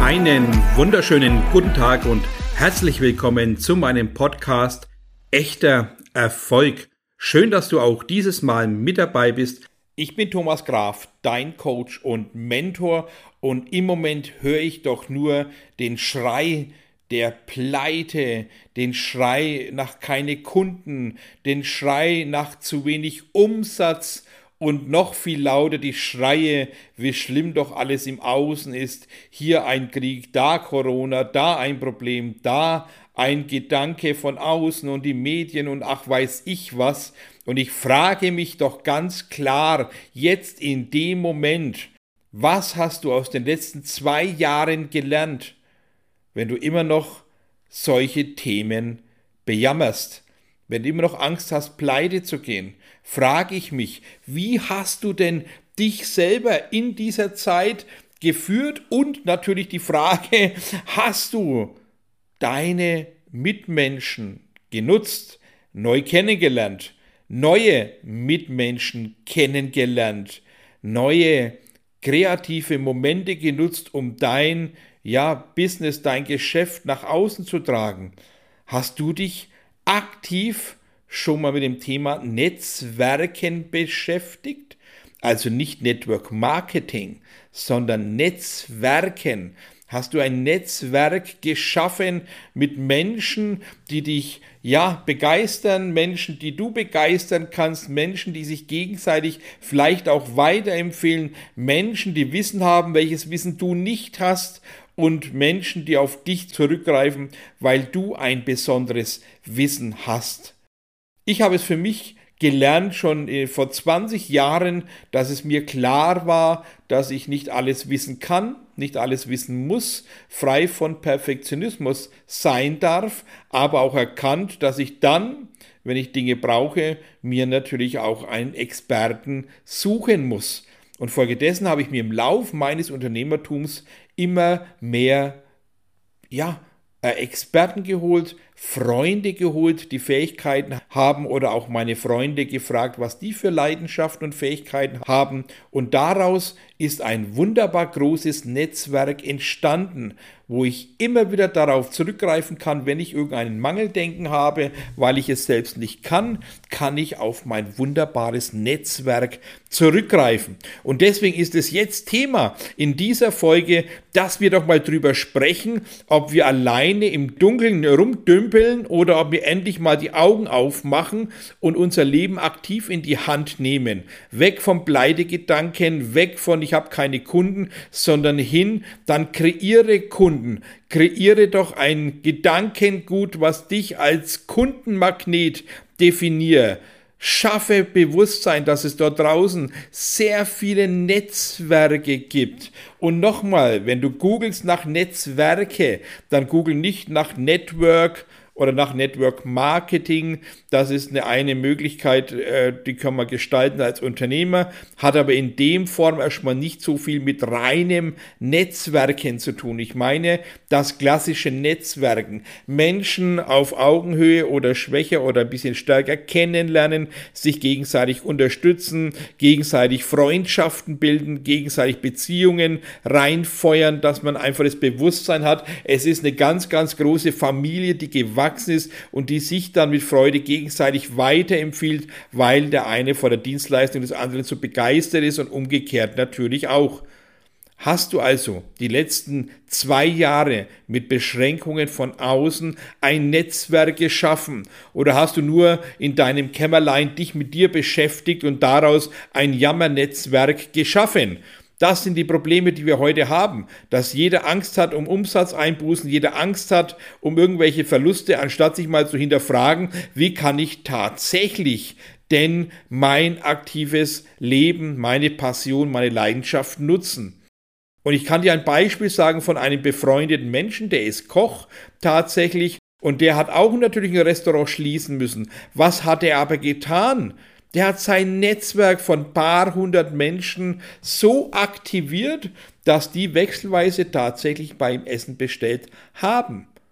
Einen wunderschönen guten Tag und herzlich willkommen zu meinem Podcast Echter Erfolg. Schön, dass du auch dieses Mal mit dabei bist. Ich bin Thomas Graf, dein Coach und Mentor, und im Moment höre ich doch nur den Schrei der Pleite, den Schrei nach keine Kunden, den Schrei nach zu wenig Umsatz und noch viel lauter die Schreie, wie schlimm doch alles im Außen ist. Hier ein Krieg, da Corona, da ein Problem, da ein Gedanke von außen und die Medien und ach weiß ich was. Und ich frage mich doch ganz klar, jetzt in dem Moment, was hast du aus den letzten 2 Jahren gelernt, wenn du immer noch solche Themen bejammerst? Wenn du immer noch Angst hast, pleite zu gehen, frage ich mich, wie hast du denn dich selber in dieser Zeit geführt? Und natürlich die Frage, hast du deine Mitmenschen genutzt, neu kennengelernt, neue Mitmenschen kennengelernt, neue kreative Momente genutzt, um dein Business, dein Geschäft nach außen zu tragen? Hast du dich aktiv schon mal mit dem Thema Netzwerken beschäftigt? Also nicht Network Marketing, sondern Netzwerken. Hast du ein Netzwerk geschaffen mit Menschen, die dich begeistern, Menschen, die du begeistern kannst, Menschen, die sich gegenseitig vielleicht auch weiterempfehlen, Menschen, die Wissen haben, welches Wissen du nicht hast, und Menschen, die auf dich zurückgreifen, weil du ein besonderes Wissen hast. Ich habe es für mich gelernt schon vor 20 Jahren, dass es mir klar war, dass ich nicht alles wissen kann, nicht alles wissen muss, frei von Perfektionismus sein darf, aber auch erkannt, dass ich dann, wenn ich Dinge brauche, mir natürlich auch einen Experten suchen muss. Und folgedessen habe ich mir im Lauf meines Unternehmertums immer mehr Experten geholt, Freunde geholt, die Fähigkeiten haben, oder auch meine Freunde gefragt, was die für Leidenschaften und Fähigkeiten haben. Und daraus ist ein wunderbar großes Netzwerk entstanden, wo ich immer wieder darauf zurückgreifen kann, wenn ich irgendeinen Mangeldenken habe, weil ich es selbst nicht kann ich auf mein wunderbares Netzwerk zurückgreifen. Und deswegen ist es jetzt Thema in dieser Folge, dass wir doch mal drüber sprechen, ob wir alleine im Dunkeln rumdümpeln oder ob wir endlich mal die Augen aufmachen und unser Leben aktiv in die Hand nehmen. Weg vom Pleitegedanken, weg von ich habe keine Kunden, sondern hin, dann kreiere Kunden. Kreiere doch ein Gedankengut, was dich als Kundenmagnet definiert. Schaffe Bewusstsein, dass es dort draußen sehr viele Netzwerke gibt. Und nochmal, wenn du googelst nach Netzwerke, dann google nicht nach Network oder nach Network Marketing. Das ist eine Möglichkeit, die kann man gestalten als Unternehmer, hat aber in dem Form erstmal nicht so viel mit reinem Netzwerken zu tun. Ich meine das klassische Netzwerken. Menschen auf Augenhöhe oder schwächer oder ein bisschen stärker kennenlernen, sich gegenseitig unterstützen, gegenseitig Freundschaften bilden, gegenseitig Beziehungen reinfeuern, dass man einfach das Bewusstsein hat, es ist eine ganz, ganz große Familie, die gewachsen ist und die sich dann mit Freude gegenseitig weiterempfiehlt, weil der eine vor der Dienstleistung des anderen so begeistert ist und umgekehrt natürlich auch. Hast du also die letzten 2 Jahre mit Beschränkungen von außen ein Netzwerk geschaffen, oder hast du nur in deinem Kämmerlein dich mit dir beschäftigt und daraus ein Jammernetzwerk geschaffen? Das sind die Probleme, die wir heute haben, dass jeder Angst hat um Umsatzeinbußen, jeder Angst hat um irgendwelche Verluste, anstatt sich mal zu hinterfragen, wie kann ich tatsächlich denn mein aktives Leben, meine Passion, meine Leidenschaft nutzen. Und ich kann dir ein Beispiel sagen von einem befreundeten Menschen, der ist Koch tatsächlich, und der hat auch natürlich ein Restaurant schließen müssen. Was hat er aber getan? Der hat sein Netzwerk von paar hundert Menschen so aktiviert, dass die wechselweise tatsächlich beim Essen bestellt haben.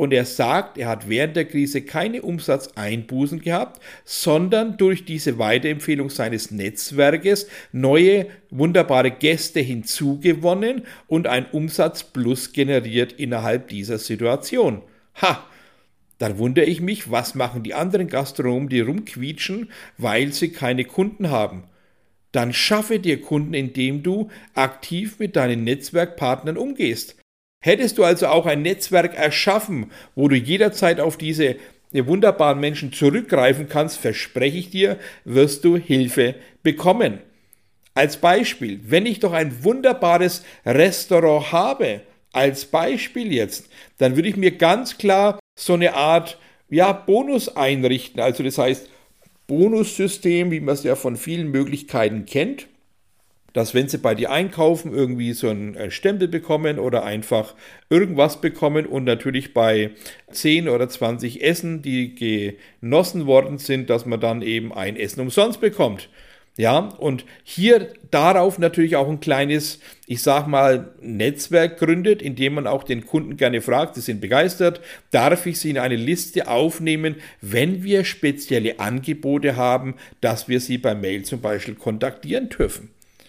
Und er sagt, er hat während der Krise keine Umsatzeinbußen gehabt, sondern durch diese Weiterempfehlung seines Netzwerkes neue, wunderbare Gäste hinzugewonnen und ein Umsatzplus generiert innerhalb dieser Situation. Ha! Dann wundere ich mich, was machen die anderen Gastronomen, die rumquietschen, weil sie keine Kunden haben. Dann schaffe dir Kunden, indem du aktiv mit deinen Netzwerkpartnern umgehst. Hättest du also auch ein Netzwerk erschaffen, wo du jederzeit auf diese wunderbaren Menschen zurückgreifen kannst, verspreche ich dir, wirst du Hilfe bekommen. Als Beispiel, wenn ich doch ein wunderbares Restaurant habe, als Beispiel jetzt, dann würde ich mir ganz klar so eine Art Bonus einrichten. Also das heißt, Bonussystem, wie man es ja von vielen Möglichkeiten kennt, dass wenn sie bei dir einkaufen, irgendwie so einen Stempel bekommen oder einfach irgendwas bekommen und natürlich bei 10 oder 20 Essen, die genossen worden sind, dass man dann eben ein Essen umsonst bekommt. Ja, und hier darauf natürlich auch ein kleines, ich sag mal, Netzwerk gründet, indem man auch den Kunden gerne fragt, sie sind begeistert, darf ich sie in eine Liste aufnehmen, wenn wir spezielle Angebote haben, dass wir sie per Mail zum Beispiel kontaktieren dürfen.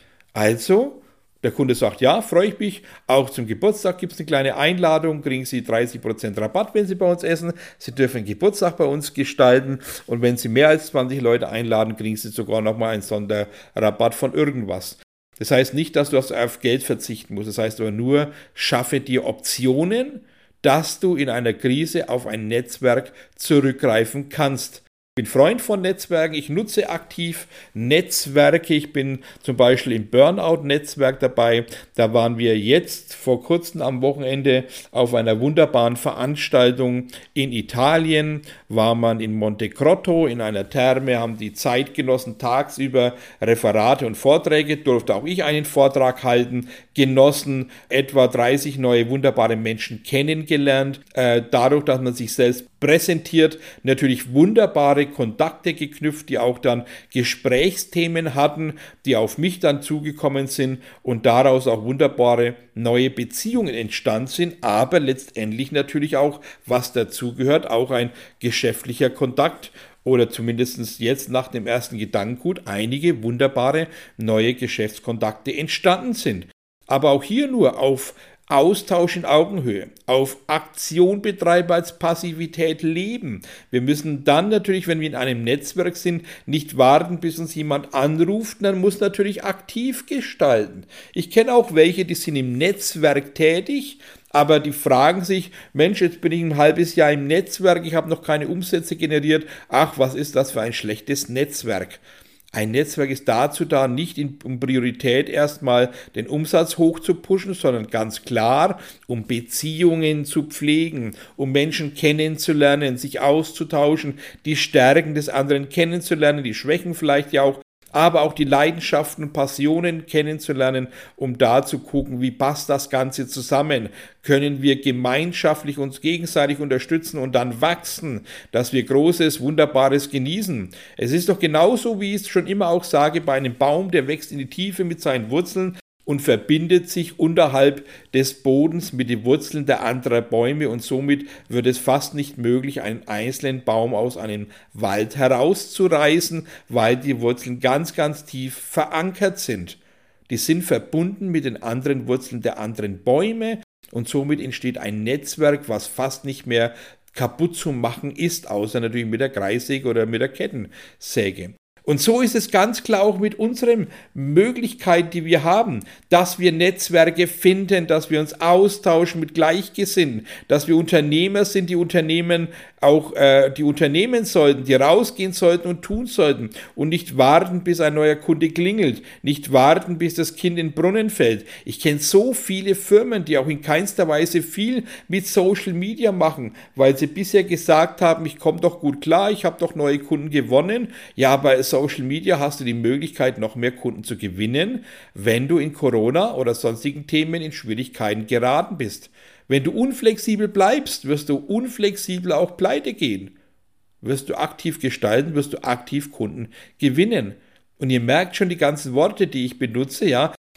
Also, der Kunde sagt, ja, freue ich mich, auch zum Geburtstag gibt es eine kleine Einladung, kriegen Sie 30% Rabatt, wenn Sie bei uns essen. Sie dürfen einen Geburtstag bei uns gestalten und wenn Sie mehr als 20 Leute einladen, kriegen Sie sogar nochmal einen Sonderrabatt von irgendwas. Das heißt nicht, dass du auf Geld verzichten musst, das heißt aber nur, schaffe dir Optionen, dass du in einer Krise auf ein Netzwerk zurückgreifen kannst. Ich bin Freund von Netzwerken, ich nutze aktiv Netzwerke, ich bin zum Beispiel im Burnout-Netzwerk dabei, da waren wir jetzt vor kurzem am Wochenende auf einer wunderbaren Veranstaltung in Italien, war man in Monte Crotto in einer Therme, haben die Zeitgenossen tagsüber Referate und Vorträge, durfte auch ich einen Vortrag halten, genossen, etwa 30 neue wunderbare Menschen kennengelernt, dadurch, dass man sich selbst präsentiert, natürlich wunderbare Kontakte geknüpft, die auch dann Gesprächsthemen hatten, die auf mich dann zugekommen sind und daraus auch wunderbare neue Beziehungen entstanden sind, aber letztendlich natürlich auch, was dazugehört, auch ein geschäftlicher Kontakt oder zumindest jetzt nach dem ersten Gedankengut einige wunderbare neue Geschäftskontakte entstanden sind. Aber auch hier nur auf Austausch in Augenhöhe, auf Aktion betreiben als Passivität leben. Wir müssen dann natürlich, wenn wir in einem Netzwerk sind, nicht warten, bis uns jemand anruft, dann muss natürlich aktiv gestalten. Ich kenne auch welche, die sind im Netzwerk tätig, aber die fragen sich, Mensch, jetzt bin ich ein halbes Jahr im Netzwerk, ich habe noch keine Umsätze generiert, ach, was ist das für ein schlechtes Netzwerk? Ein Netzwerk ist dazu da, nicht um Priorität erstmal den Umsatz hoch zu pushen, sondern ganz klar, um Beziehungen zu pflegen, um Menschen kennenzulernen, sich auszutauschen, die Stärken des anderen kennenzulernen, die Schwächen vielleicht ja auch, aber auch die Leidenschaften und Passionen kennenzulernen, um da zu gucken, wie passt das Ganze zusammen? Können wir gemeinschaftlich uns gegenseitig unterstützen und dann wachsen, dass wir Großes, Wunderbares genießen? Es ist doch genauso, wie ich es schon immer auch sage, bei einem Baum, der wächst in die Tiefe mit seinen Wurzeln und verbindet sich unterhalb des Bodens mit den Wurzeln der anderen Bäume und somit wird es fast nicht möglich, einen einzelnen Baum aus einem Wald herauszureißen, weil die Wurzeln ganz, ganz tief verankert sind. Die sind verbunden mit den anderen Wurzeln der anderen Bäume und somit entsteht ein Netzwerk, was fast nicht mehr kaputt zu machen ist, außer natürlich mit der Kreissäge oder mit der Kettensäge. Und so ist es ganz klar auch mit unseren Möglichkeiten, die wir haben, dass wir Netzwerke finden, dass wir uns austauschen mit Gleichgesinnten, dass wir Unternehmer sind, die Unternehmen auch die unternehmen sollten, die rausgehen sollten und tun sollten und nicht warten, bis ein neuer Kunde klingelt, nicht warten, bis das Kind in den Brunnen fällt. Ich kenne so viele Firmen, die auch in keinster Weise viel mit Social Media machen, weil sie bisher gesagt haben, ich komme doch gut klar, ich habe doch neue Kunden gewonnen. Ja, bei Social Media hast du die Möglichkeit, noch mehr Kunden zu gewinnen, wenn du in Corona oder sonstigen Themen in Schwierigkeiten geraten bist. Wenn du unflexibel bleibst, wirst du unflexibel auch pleite gehen. Wirst du aktiv gestalten, wirst du aktiv Kunden gewinnen. Und ihr merkt schon die ganzen Worte, die ich benutze, ja,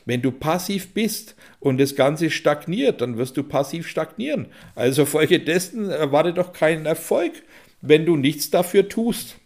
Wenn du passiv bist und das Ganze stagniert, dann wirst du passiv stagnieren. Also folgedessen erwarte doch keinen Erfolg, wenn du nichts dafür tust.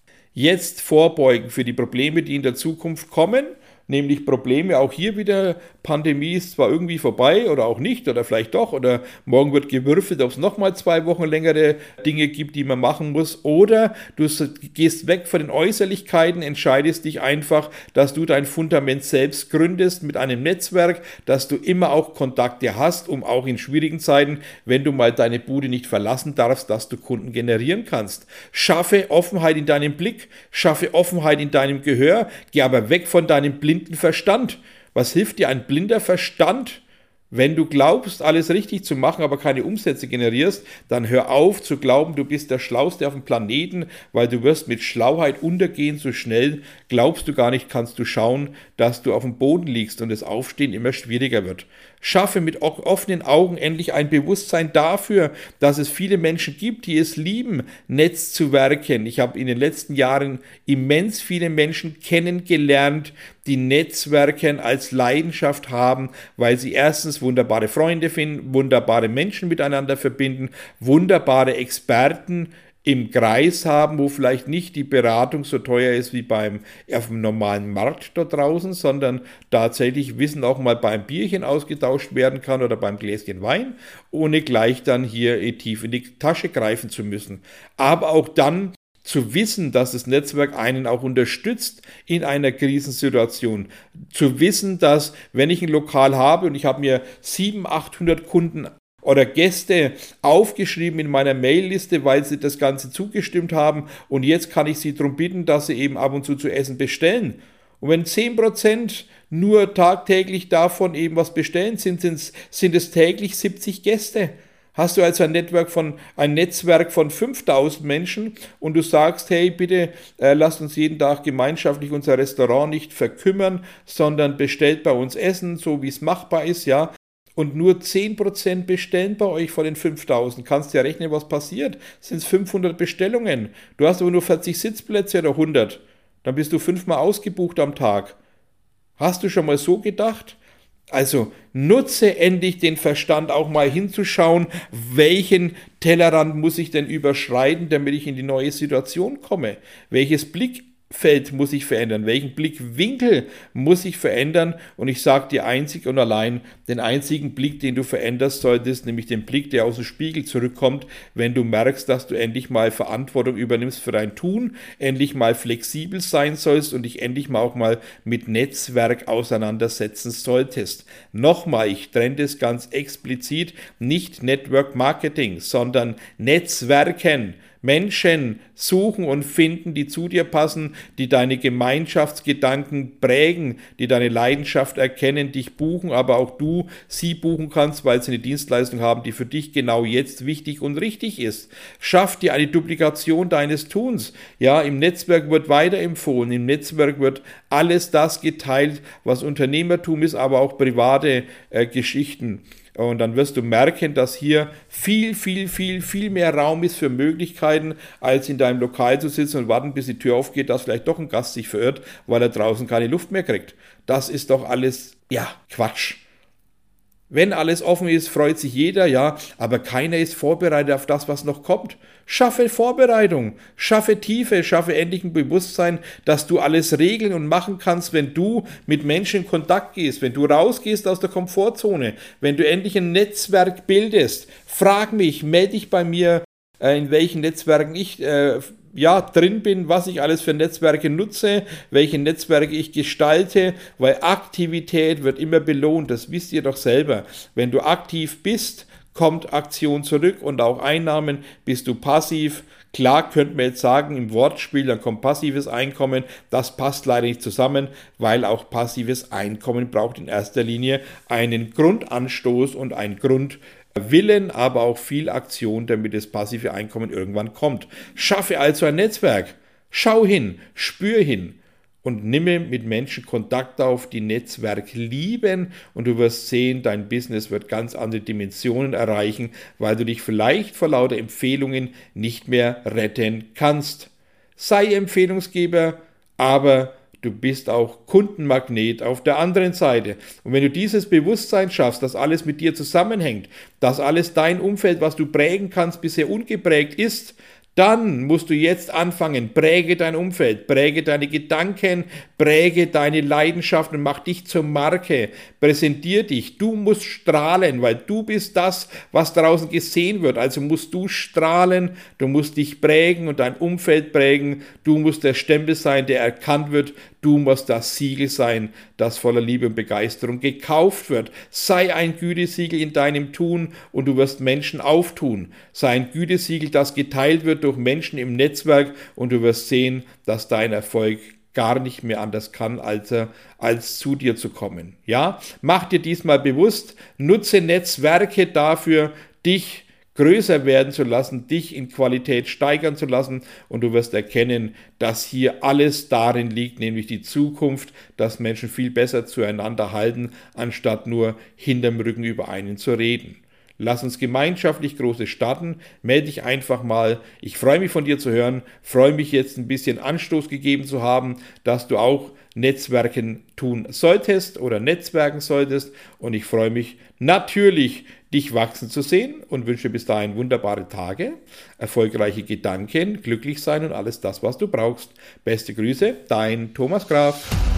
Jetzt vorbeugen für die Probleme, die in der Zukunft kommen, nämlich Probleme, auch hier wieder, Pandemie ist zwar irgendwie vorbei oder auch nicht oder vielleicht doch oder morgen wird gewürfelt, ob es nochmal 2 Wochen längere Dinge gibt, die man machen muss, oder du gehst weg von den Äußerlichkeiten, entscheidest dich einfach, dass du dein Fundament selbst gründest mit einem Netzwerk, dass du immer auch Kontakte hast, um auch in schwierigen Zeiten, wenn du mal deine Bude nicht verlassen darfst, dass du Kunden generieren kannst. Schaffe Offenheit in deinem Blick, schaffe Offenheit in deinem Gehör, geh aber weg von deinem blinden Verstand. Was hilft dir ein blinder Verstand? Wenn du glaubst, alles richtig zu machen, aber keine Umsätze generierst, dann hör auf zu glauben, du bist der Schlauste auf dem Planeten, weil du wirst mit Schlauheit untergehen. So schnell glaubst du gar nicht, kannst du schauen, dass du auf dem Boden liegst und das Aufstehen immer schwieriger wird. Schaffe mit offenen Augen endlich ein Bewusstsein dafür, dass es viele Menschen gibt, die es lieben, Netzwerken. Ich habe in den letzten Jahren immens viele Menschen kennengelernt, die Netzwerken als Leidenschaft haben, weil sie erstens wunderbare Freunde finden, wunderbare Menschen miteinander verbinden, wunderbare Experten im Kreis haben, wo vielleicht nicht die Beratung so teuer ist wie auf dem normalen Markt dort draußen, sondern tatsächlich Wissen auch mal beim Bierchen ausgetauscht werden kann oder beim Gläschen Wein, ohne gleich dann hier tief in die Tasche greifen zu müssen. Aber auch dann zu wissen, dass das Netzwerk einen auch unterstützt in einer Krisensituation. Zu wissen, dass wenn ich ein Lokal habe und ich habe mir 700, 800 Kunden oder Gäste aufgeschrieben in meiner Mailliste, weil sie das Ganze zugestimmt haben und jetzt kann ich sie darum bitten, dass sie eben ab und zu essen bestellen. Und wenn 10% nur tagtäglich davon eben was bestellen, sind es täglich 70 Gäste. Hast du also ein Netzwerk von 5000 Menschen und du sagst, hey, bitte lasst uns jeden Tag gemeinschaftlich unser Restaurant nicht verkümmern, sondern bestellt bei uns Essen, so wie es machbar ist, ja. Und nur 10% bestellen bei euch von den 5000. Kannst ja rechnen, was passiert. Sind es 500 Bestellungen. Du hast aber nur 40 Sitzplätze oder 100. Dann bist du 5-mal ausgebucht am Tag. Hast du schon mal so gedacht? Also nutze endlich den Verstand auch mal hinzuschauen, welchen Tellerrand muss ich denn überschreiten, damit ich in die neue Situation komme? Welches Blickfeld muss ich verändern? Welchen Blickwinkel muss ich verändern? Und ich sage dir einzig und allein, den einzigen Blick, den du veränderst solltest, nämlich den Blick, der aus dem Spiegel zurückkommt, wenn du merkst, dass du endlich mal Verantwortung übernimmst für dein Tun, endlich mal flexibel sein sollst und dich endlich mal auch mal mit Netzwerk auseinandersetzen solltest. Nochmal, ich trenne das ganz explizit, nicht Network Marketing, sondern Netzwerken. Menschen suchen und finden, die zu dir passen, die deine Gemeinschaftsgedanken prägen, die deine Leidenschaft erkennen, dich buchen, aber auch du sie buchen kannst, weil sie eine Dienstleistung haben, die für dich genau jetzt wichtig und richtig ist. Schaff dir eine Duplikation deines Tuns. Ja, im Netzwerk wird weiterempfohlen, im Netzwerk wird alles das geteilt, was Unternehmertum ist, aber auch private Geschichten. Und dann wirst du merken, dass hier viel mehr Raum ist für Möglichkeiten, als in deinem Lokal zu sitzen und warten, bis die Tür aufgeht, dass vielleicht doch ein Gast sich verirrt, weil er draußen keine Luft mehr kriegt. Das ist doch alles, ja, Quatsch. Wenn alles offen ist, freut sich jeder, ja, aber keiner ist vorbereitet auf das, was noch kommt. Schaffe Vorbereitung, schaffe Tiefe, schaffe endlich ein Bewusstsein, dass du alles regeln und machen kannst, wenn du mit Menschen in Kontakt gehst, wenn du rausgehst aus der Komfortzone, wenn du endlich ein Netzwerk bildest. Frag mich, melde dich bei mir, in welchen Netzwerken ich drin bin, was ich alles für Netzwerke nutze, welche Netzwerke ich gestalte, weil Aktivität wird immer belohnt, das wisst ihr doch selber. Wenn du aktiv bist, kommt Aktion zurück und auch Einnahmen. Bist du passiv, klar könnte man jetzt sagen, im Wortspiel, dann kommt passives Einkommen, das passt leider nicht zusammen, weil auch passives Einkommen braucht in erster Linie einen Grundanstoß und einen Grundwillen, aber auch viel Aktion, damit das passive Einkommen irgendwann kommt. Schaffe also ein Netzwerk, schau hin, spür hin und nimme mit Menschen Kontakt auf, die Netzwerk lieben und du wirst sehen, dein Business wird ganz andere Dimensionen erreichen, weil du dich vielleicht vor lauter Empfehlungen nicht mehr retten kannst. Sei Empfehlungsgeber, aber du bist auch Kundenmagnet auf der anderen Seite. Und wenn du dieses Bewusstsein schaffst, dass alles mit dir zusammenhängt, dass alles dein Umfeld, was du prägen kannst, bisher ungeprägt ist, dann musst du jetzt anfangen, präge dein Umfeld, präge deine Gedanken, präge deine Leidenschaften und mach dich zur Marke, präsentier dich, du musst strahlen, weil du bist das, was draußen gesehen wird, also musst du strahlen, du musst dich prägen und dein Umfeld prägen, du musst der Stempel sein, der erkannt wird, du musst das Siegel sein, das voller Liebe und Begeisterung gekauft wird. Sei ein Gütesiegel in deinem Tun und du wirst Menschen auftun. Sei ein Gütesiegel, das geteilt wird durch Menschen im Netzwerk und du wirst sehen, dass dein Erfolg gar nicht mehr anders kann, als zu dir zu kommen. Ja, mach dir diesmal bewusst, nutze Netzwerke dafür, dich größer werden zu lassen, dich in Qualität steigern zu lassen und du wirst erkennen, dass hier alles darin liegt, nämlich die Zukunft, dass Menschen viel besser zueinander halten, anstatt nur hinterm Rücken über einen zu reden. Lass uns gemeinschaftlich Großes starten. Melde dich einfach mal. Ich freue mich von dir zu hören, freue mich jetzt ein bisschen Anstoß gegeben zu haben, dass du auch Netzwerken tun solltest oder netzwerken solltest und ich freue mich natürlich, dich wachsen zu sehen und wünsche bis dahin wunderbare Tage, erfolgreiche Gedanken, glücklich sein und alles das, was du brauchst. Beste Grüße, dein Thomas Graf.